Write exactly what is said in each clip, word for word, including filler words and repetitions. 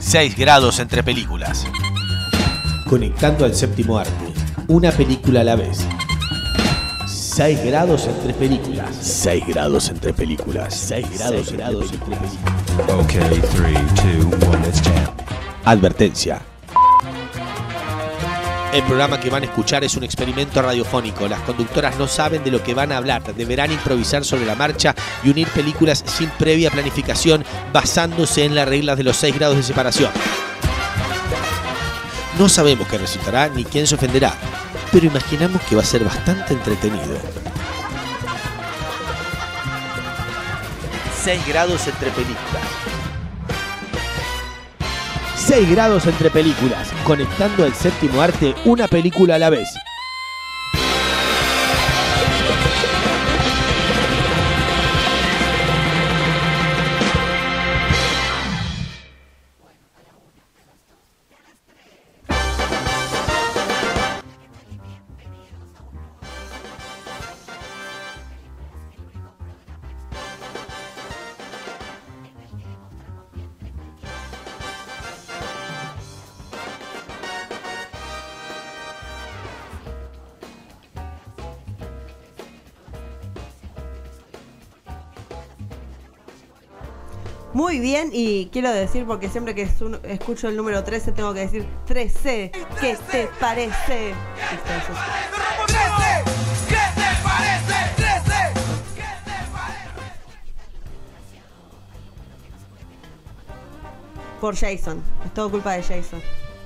seis grados entre películas. Conectando al séptimo arte, una película a la vez. seis grados entre películas. seis grados entre películas. seis grados, grados entre películas. Ok, tres, dos, uno, let's jam. Advertencia. El programa que van a escuchar es un experimento radiofónico. Las conductoras no saben de lo que van a hablar. Deberán improvisar sobre la marcha y unir películas sin previa planificación, basándose en las reglas de los seis grados de separación. No sabemos qué resultará ni quién se ofenderá, pero imaginamos que va a ser bastante entretenido. seis grados entre películas. seis grados entre películas. Conectando al séptimo arte, una película a la vez. Muy bien, y quiero decir, porque siempre que escucho el número trece tengo que decir trece. ¿Qué te parece? Por Jason, es todo culpa de Jason.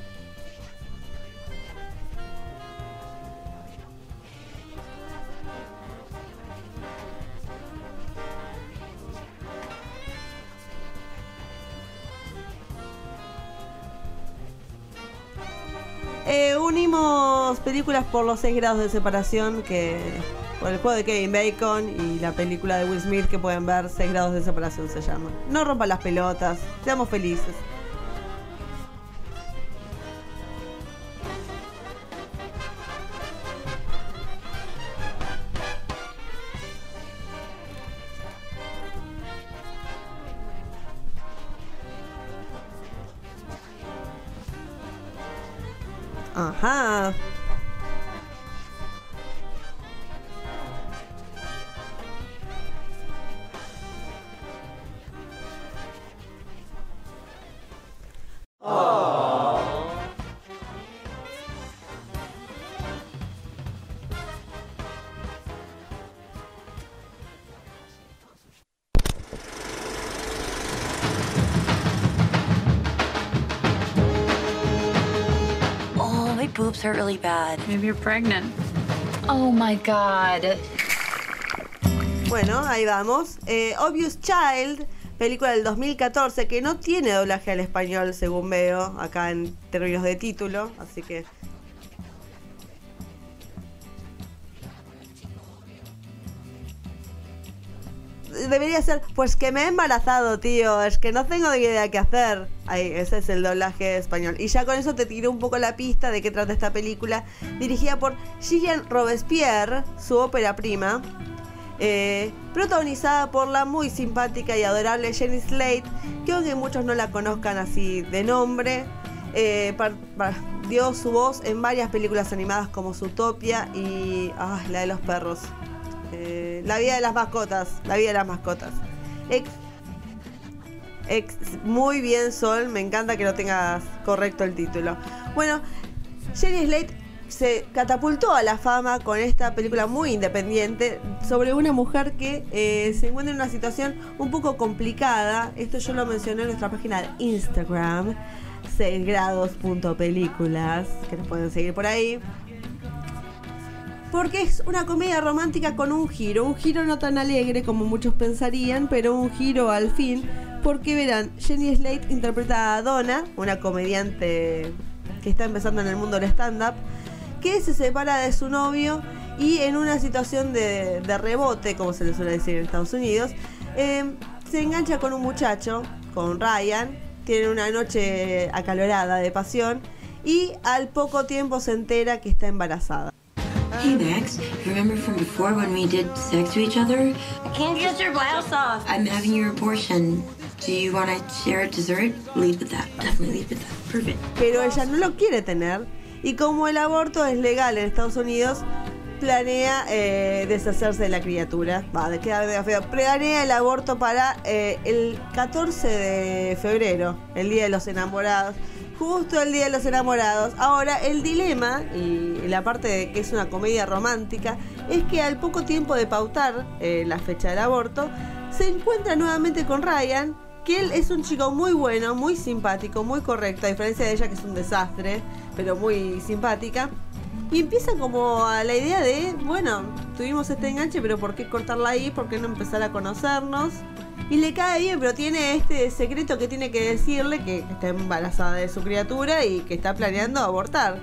Eh, unimos películas por los seis grados de separación, que por el juego de Kevin Bacon y la película de Will Smith que pueden ver, seis grados de separación se llama. No rompan las pelotas, seamos felices. Ajá. Boobs hurt really bad. Maybe you're pregnant. Oh my God. Bueno, ahí vamos. Eh, Obvious Child, película del dos mil catorce que no tiene doblaje al español, según veo acá en términos de título, así que debería ser, pues que me he embarazado, tío, es que no tengo idea qué hacer. Ahí, ese es el doblaje español. Y ya con eso te tiré un poco la pista de qué trata esta película, dirigida por Julien Robespierre, su ópera prima, eh, protagonizada por la muy simpática y adorable Jenny Slate, que aunque muchos no la conozcan así de nombre, eh, par, par, dio su voz en varias películas animadas como Zootopia y ah, la de los perros. Eh, la vida de las mascotas, la vida de las mascotas. Ex, ex, muy bien, Sol, me encanta que lo tengas correcto el título. Bueno, Jenny Slate se catapultó a la fama con esta película muy independiente sobre una mujer que eh, se encuentra en una situación un poco complicada. Esto yo lo mencioné en nuestra página de Instagram, seis grados punto películas, que nos pueden seguir por ahí. Porque es una comedia romántica con un giro, un giro no tan alegre como muchos pensarían, pero un giro al fin, porque verán, Jenny Slate interpreta a Donna, una comediante que está empezando en el mundo del stand-up, que se separa de su novio y en una situación de, de rebote, como se le suele decir en Estados Unidos, eh, se engancha con un muchacho, con Ryan, tienen una noche acalorada de pasión y al poco tiempo se entera que está embarazada. Hey Max, remember from before when we did sex to each other? I can't get your blouse off. I'm having your abortion. Do you want to share a dessert? Lead with that. Definitely lead with that. Perfect. Pero ella no lo quiere tener. Y como el aborto es legal en Estados Unidos, planea eh, deshacerse de la criatura. Va, de quedar de feo. Planea el aborto para eh, el catorce de febrero, el Día de los Enamorados. Justo el Día de los Enamorados. Ahora, el dilema, y la parte de que es una comedia romántica, es que al poco tiempo de pautar eh, la fecha del aborto, se encuentra nuevamente con Ryan, que él es un chico muy bueno, muy simpático, muy correcto, a diferencia de ella que es un desastre, pero muy simpática. Y empieza como a la idea de, bueno, tuvimos este enganche, pero ¿por qué cortarla ahí? ¿Por qué no empezar a conocernos? Y le cae bien, pero tiene este secreto que tiene que decirle, que está embarazada de su criatura y que está planeando abortar.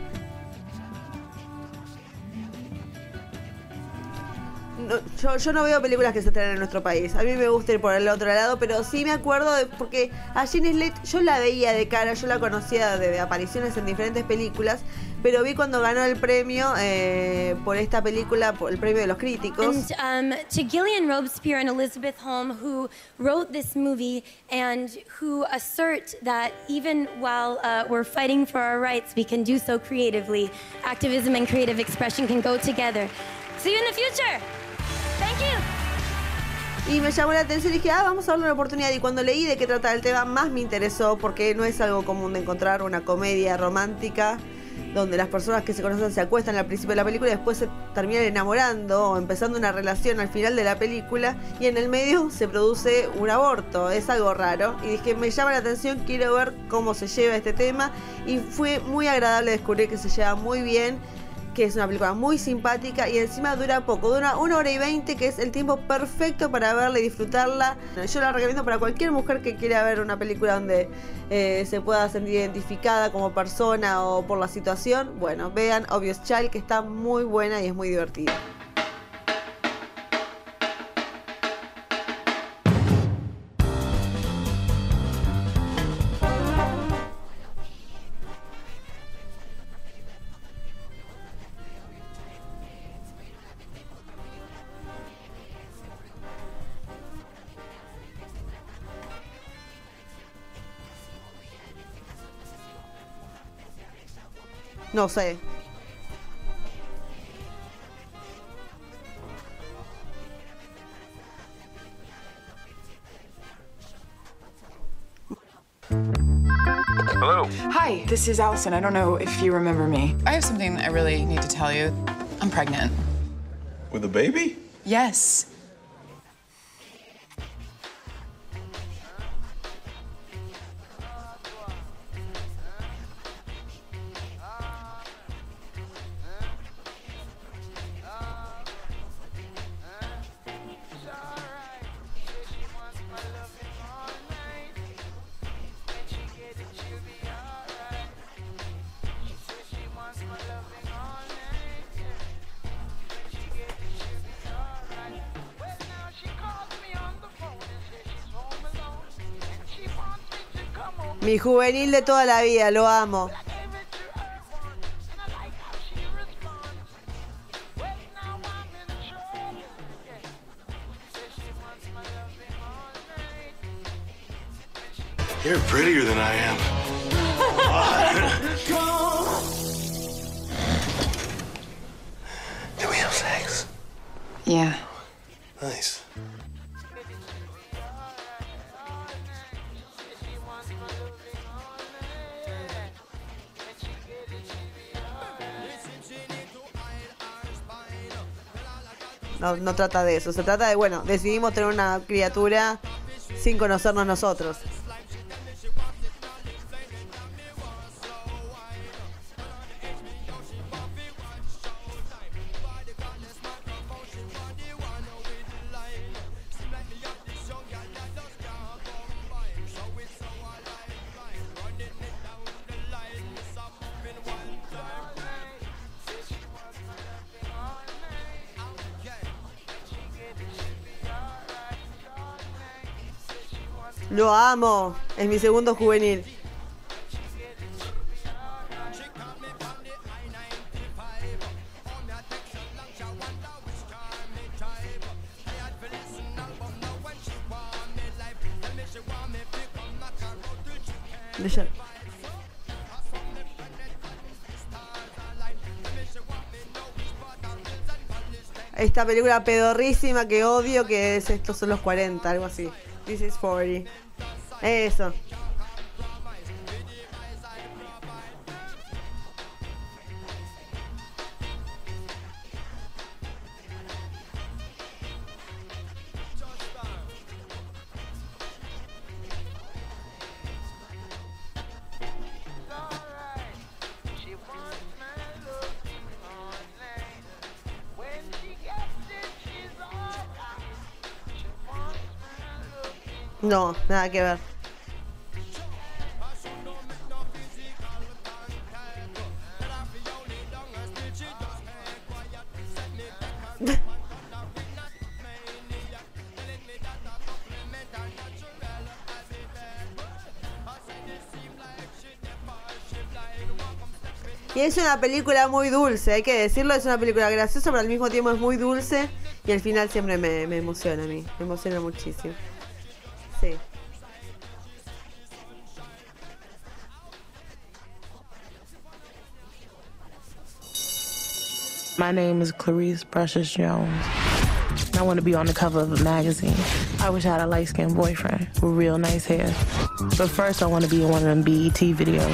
No, yo, yo no veo películas que se estrenan en nuestro país. A mí me gusta ir por el otro lado, pero sí me acuerdo de, porque a Jenny Slate yo la veía de cara, yo la conocía de, de apariciones en diferentes películas, pero vi cuando ganó el premio eh, por esta película, por el premio de los críticos. And um, to Gillian Robespierre and Elizabeth Holm, who wrote this movie and who assert that even while uh, we're fighting for our rights, we can do so creatively. Activism and creative expression can go together. See you in the future. Thank you. Y me llamó la atención y dije, ah, vamos a darle una oportunidad. Y cuando leí de qué trata el tema, más me interesó, porque no es algo común de encontrar una comedia romántica donde las personas que se conocen se acuestan al principio de la película y después se terminan enamorando o empezando una relación al final de la película y en el medio se produce un aborto. Es algo raro. Y dije, me llama la atención, quiero ver cómo se lleva este tema. Y fue muy agradable descubrir que se lleva muy bien, que es una película muy simpática y encima dura poco, dura una hora y veinte, que es el tiempo perfecto para verla y disfrutarla. Yo la recomiendo para cualquier mujer que quiera ver una película donde eh, se pueda sentir identificada como persona o por la situación. Bueno, vean Obvious Child, que está muy buena y es muy divertida. No sé. Hello. Hi, this is Allison. I don't know if you remember me. I have something I really need to tell you. I'm pregnant. With a baby? Yes. Mi juvenil de toda la vida, lo amo. You're prettier than I am. Do we have sex? Yeah. Nice. No, no trata de eso, se trata de, bueno, decidimos tener una criatura sin conocernos nosotros. Lo amo, es mi segundo juvenil. De ya- Esta película pedorrísima que odio, que es Estos son los cuarenta, algo así. This is cuarenta. Eso. No, nada que ver. Y es una película muy dulce, hay que decirlo, es una película graciosa, pero al mismo tiempo es muy dulce. Y el final siempre me, me emociona a mí, me emociona muchísimo. Sí. My name is Clarice Precious Jones. I want to be on the cover of a magazine. I wish I had a light-skinned boyfriend with real nice hair. But first I want to be in one of them B E T videos.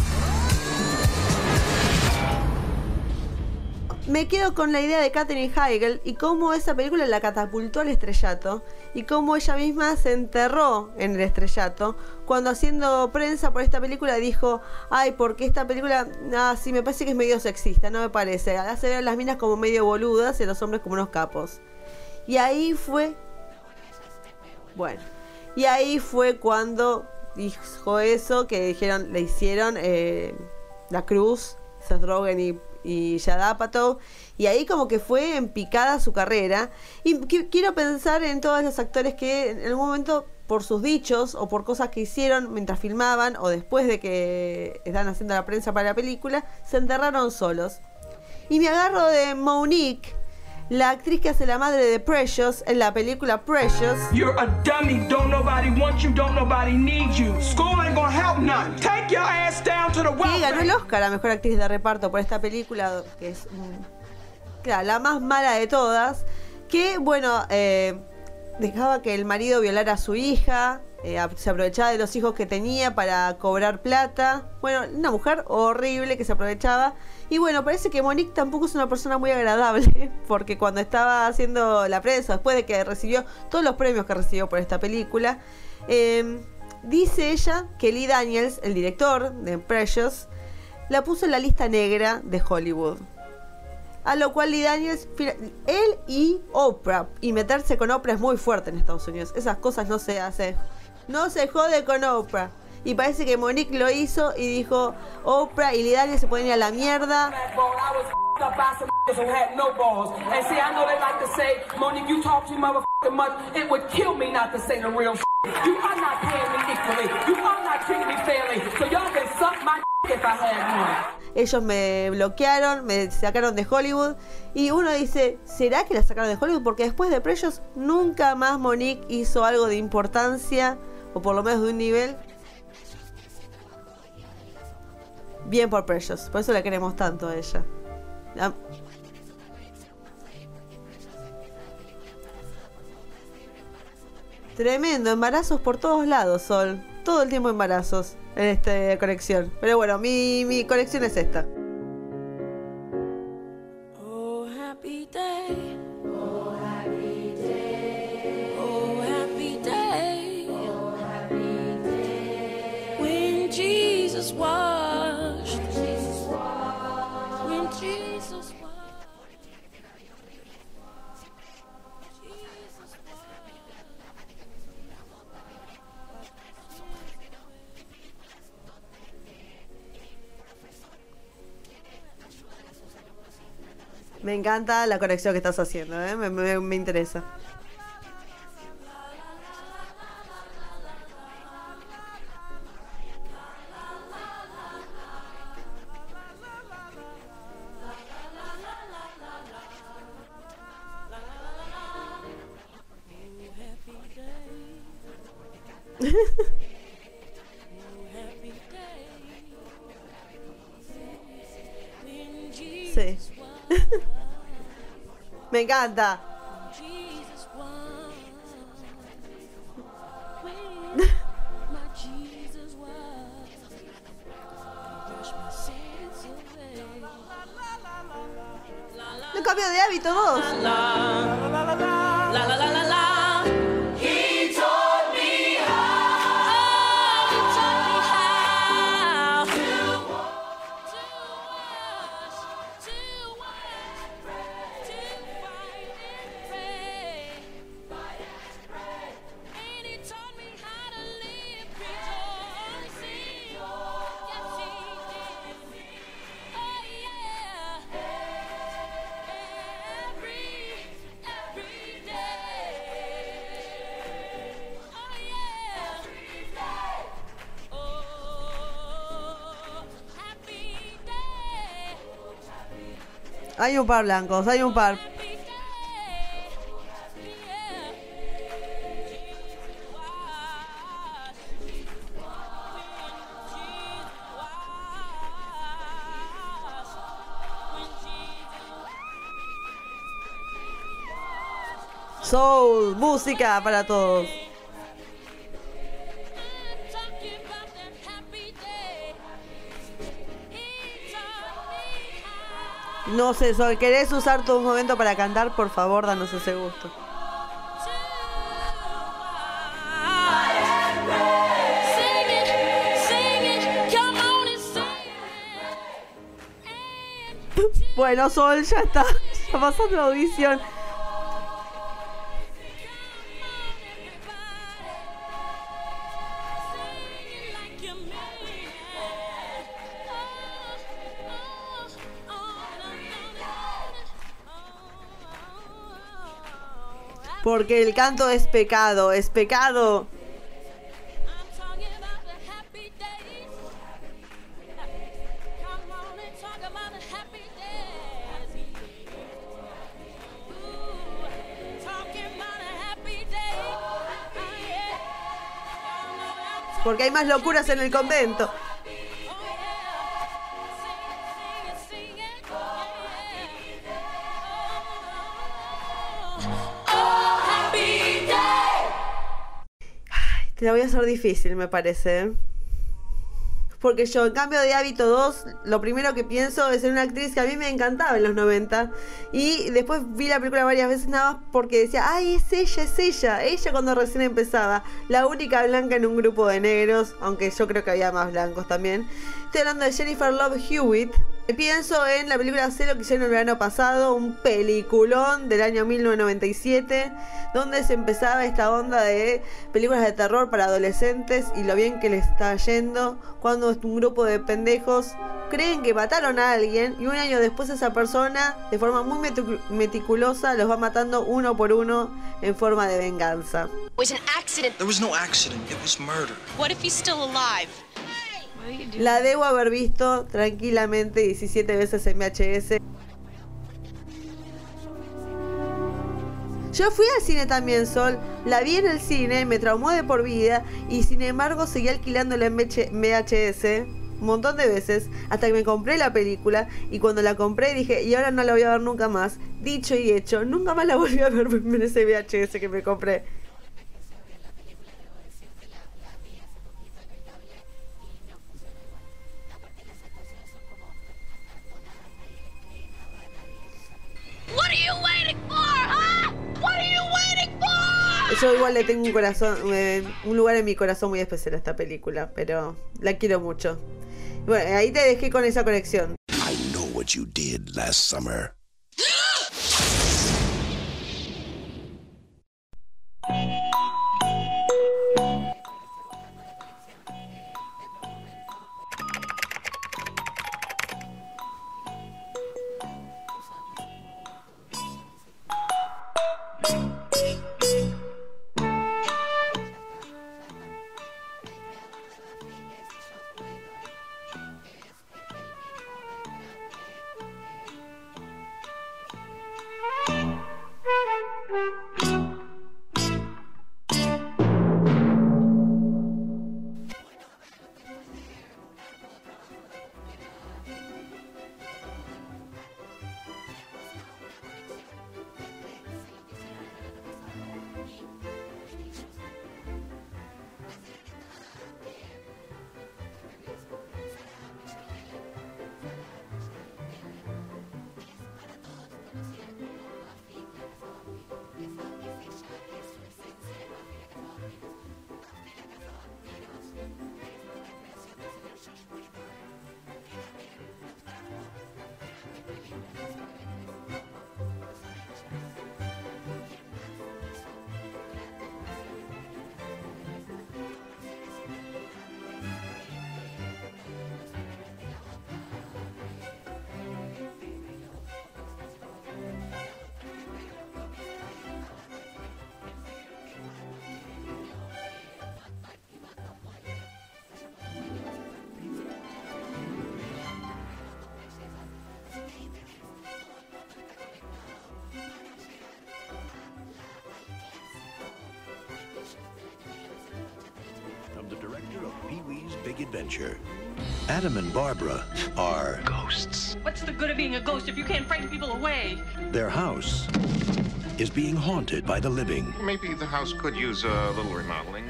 Me quedo con la idea de Katherine Heigl y cómo esa película la catapultó al estrellato y cómo ella misma se enterró en el estrellato cuando haciendo prensa por esta película dijo: ay, porque esta película, ah, sí, me parece que es medio sexista, no me parece, hace ver a las minas como medio boludas y a los hombres como unos capos. Y ahí fue, bueno, y ahí fue cuando dijo eso, que dijeron, le hicieron eh, La Cruz, Seth Rogen y y Judd Apatow, y ahí como que fue en picada su carrera. Y qu- quiero pensar en todos los actores que en algún momento, por sus dichos o por cosas que hicieron mientras filmaban o después de que estaban haciendo la prensa para la película, se enterraron solos. Y me agarro de Monique, la actriz que hace la madre de Precious en la película Precious. You're a dummy, don't nobody want you, don't nobody need you. School ain't gonna help none. Take your ass down to the Que welfare. ganó el Oscar a Mejor Actriz de Reparto por esta película, que es mm, claro, la más mala de todas. Que, bueno, eh, dejaba que el marido violara a su hija, eh, se aprovechaba de los hijos que tenía para cobrar plata. Bueno, una mujer horrible que se aprovechaba. Y bueno, parece que Monique tampoco es una persona muy agradable, porque cuando estaba haciendo la prensa, después de que recibió todos los premios que recibió por esta película, eh, dice ella que Lee Daniels, el director de Precious, la puso en la lista negra de Hollywood. A lo cual Lee Daniels, él y Oprah, y meterse con Oprah es muy fuerte en Estados Unidos. Esas cosas no se hacen. No se jode con Oprah. Y parece que Monique lo hizo y dijo: Oprah y Lee Daniels se pueden ir a la mierda. Ellos me bloquearon, me sacaron de Hollywood. Y uno dice, ¿será que la sacaron de Hollywood? Porque después de Precious nunca más Monique hizo algo de importancia, o por lo menos de un nivel. Bien por Precious, por eso la queremos tanto a ella. La... Tremendo, embarazos por todos lados, Sol. Todo el tiempo embarazos en esta conexión. Pero bueno, mi, mi conexión es esta. Oh, happy day. Oh, happy day. Oh, happy day. Oh, happy day. When Jesus washed. When Jesus washed. When Jesus washed. Me encanta la conexión que estás haciendo, ¿eh? me, me, me interesa. Me encanta. Un cambio de hábito vos. Hay un par blancos, hay un par. Soul, música para todos. No sé, Sol, ¿querés usar tu momento para cantar? Por favor, danos ese gusto. Bueno, Sol, ya está. Ya pasó la audición. Porque el canto es pecado, es pecado. Porque hay más locuras en el convento. Te la voy a hacer difícil, me parece. Porque yo, en Cambio de Hábito dos, lo primero que pienso es en una actriz que a mí me encantaba en los noventa. Y después vi la película varias veces nada más porque decía, ay, es ella, es ella. Ella cuando recién empezaba. La única blanca en un grupo de negros, aunque yo creo que había más blancos también. Estoy hablando de Jennifer Love Hewitt. Pienso en la película Sé lo que hicieron el verano pasado, un peliculón del año mil novecientos noventa y siete, donde se empezaba esta onda de películas de terror para adolescentes y lo bien que les está yendo cuando un grupo de pendejos creen que mataron a alguien y un año después esa persona, de forma muy meticulosa, los va matando uno por uno en forma de venganza. It was an accident. There was no accident. It was murder. What if he's still alive? La debo haber visto tranquilamente diecisiete veces en V H S. Yo fui al cine también, Sol. La vi en el cine, me traumó de por vida y sin embargo seguí alquilándola en V H S un montón de veces hasta que me compré la película y cuando la compré dije, y ahora no la voy a ver nunca más. Dicho y hecho, nunca más la volví a ver en ese V H S que me compré. What are you waiting for, huh? What are you waiting for? Yo igual le tengo un corazón, eh, un lugar en mi corazón muy especial a esta película, pero la quiero mucho. Bueno, ahí te dejé con esa conexión. I know what you did last summer. chapter of Pee-wee's Big Adventure. Adam and Barbara are ghosts. What's the good of being a ghost if you can't frighten people away? Their house is being haunted by the living. Maybe the house could use a little remodeling.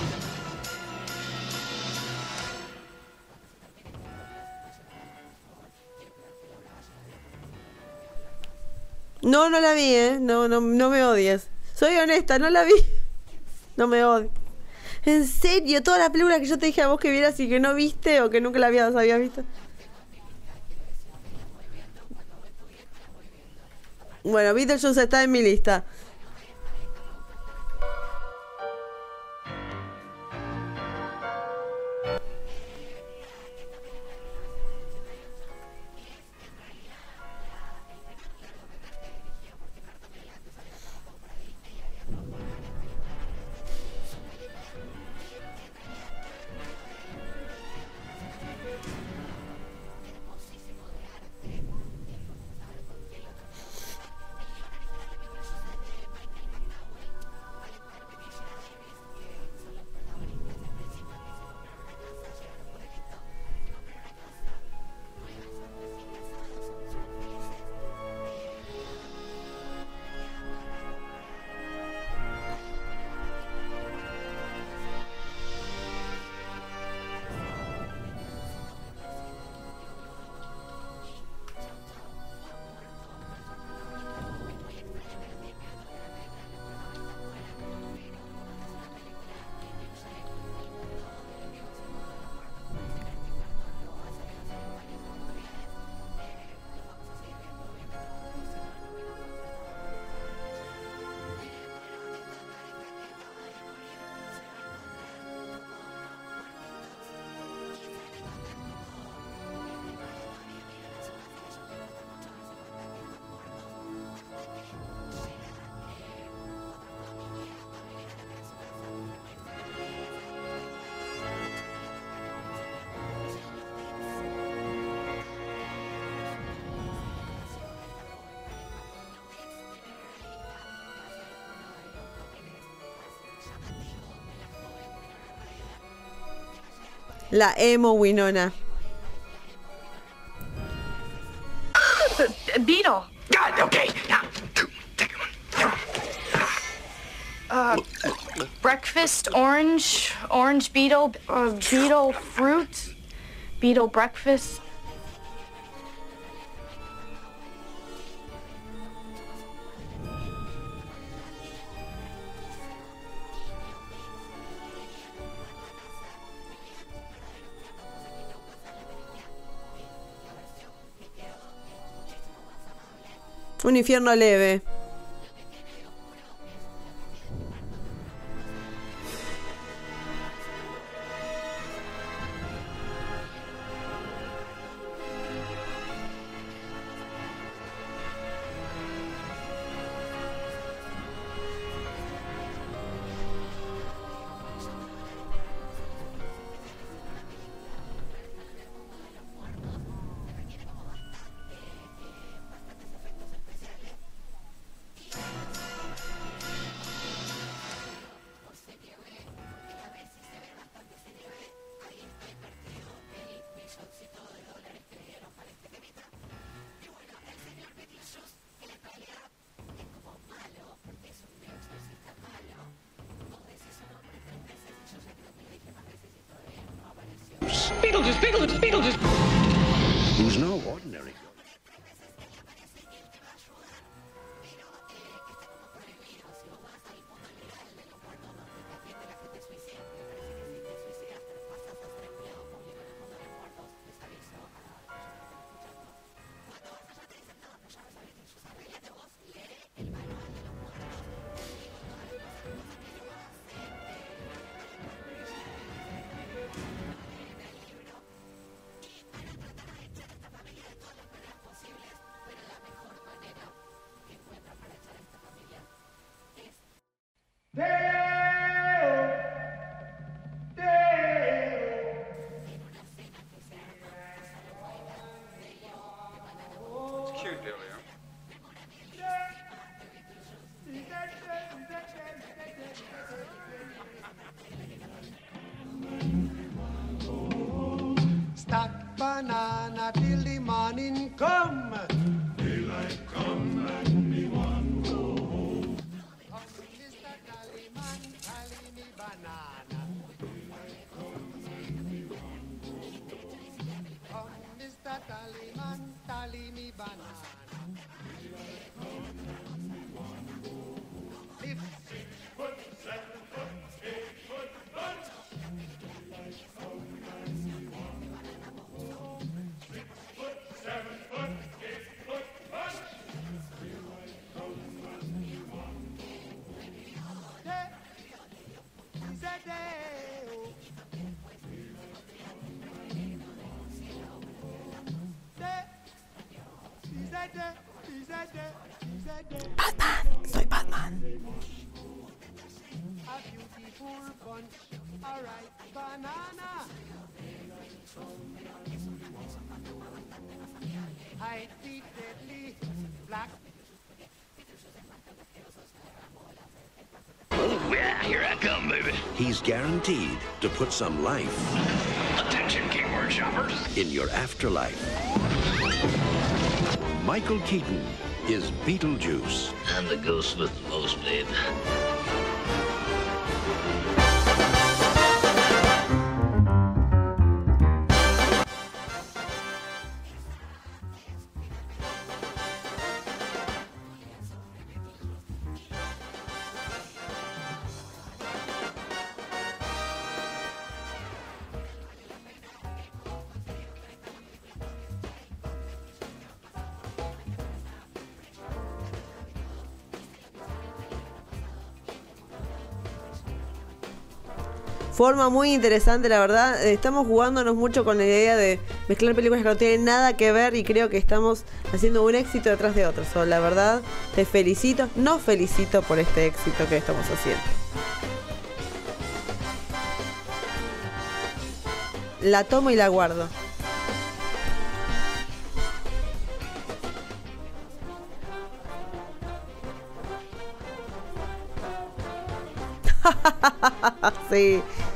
No, no la vi, ¿eh? No, no, no me odies. Soy honesta, no la vi. No me odies. En serio, todas las películas que yo te dije a vos que vieras y que no viste o que nunca la habías, habías visto. Bueno, Beetlejuice está en mi lista. La emo Winona. Beetle. God, okay. Now, Uh, breakfast, orange, orange beetle, uh, beetle fruit, beetle breakfast. Un infierno leve. Beetlejuice, Beetlejuice, Beetlejuice. Who's no ordinary. banana till the morning come. Daylight come and me want go home. Come, Mister Tallyman, tally me banana. Daylight come and me want go home. Come, Mister Tallyman, tally me banana. Daylight come and me want go home. If six foot, seven foot, eight foot bunch. Daylight come and me want go home. Six foot, seven foot, eight foot bunch. Daylight come and me want go home. Day is a day, oh. Daylight come and me want go home. Day is a day, is a day, is a day. Batman, soy Batman. A beautiful bunch, a ripe banana. I eat deadly black. Oh, yeah, here I come, baby. He's guaranteed to put some life. Attention, Kingward shoppers. In your afterlife. Michael Keaton is Beetlejuice. I'm the ghost with the most, babe. Forma muy interesante, la verdad. Estamos jugándonos mucho con la idea de mezclar películas que no tienen nada que ver y creo que estamos haciendo un éxito detrás de otro. So, la verdad, te felicito, nos felicito por este éxito que estamos haciendo. La tomo y la guardo. Sí,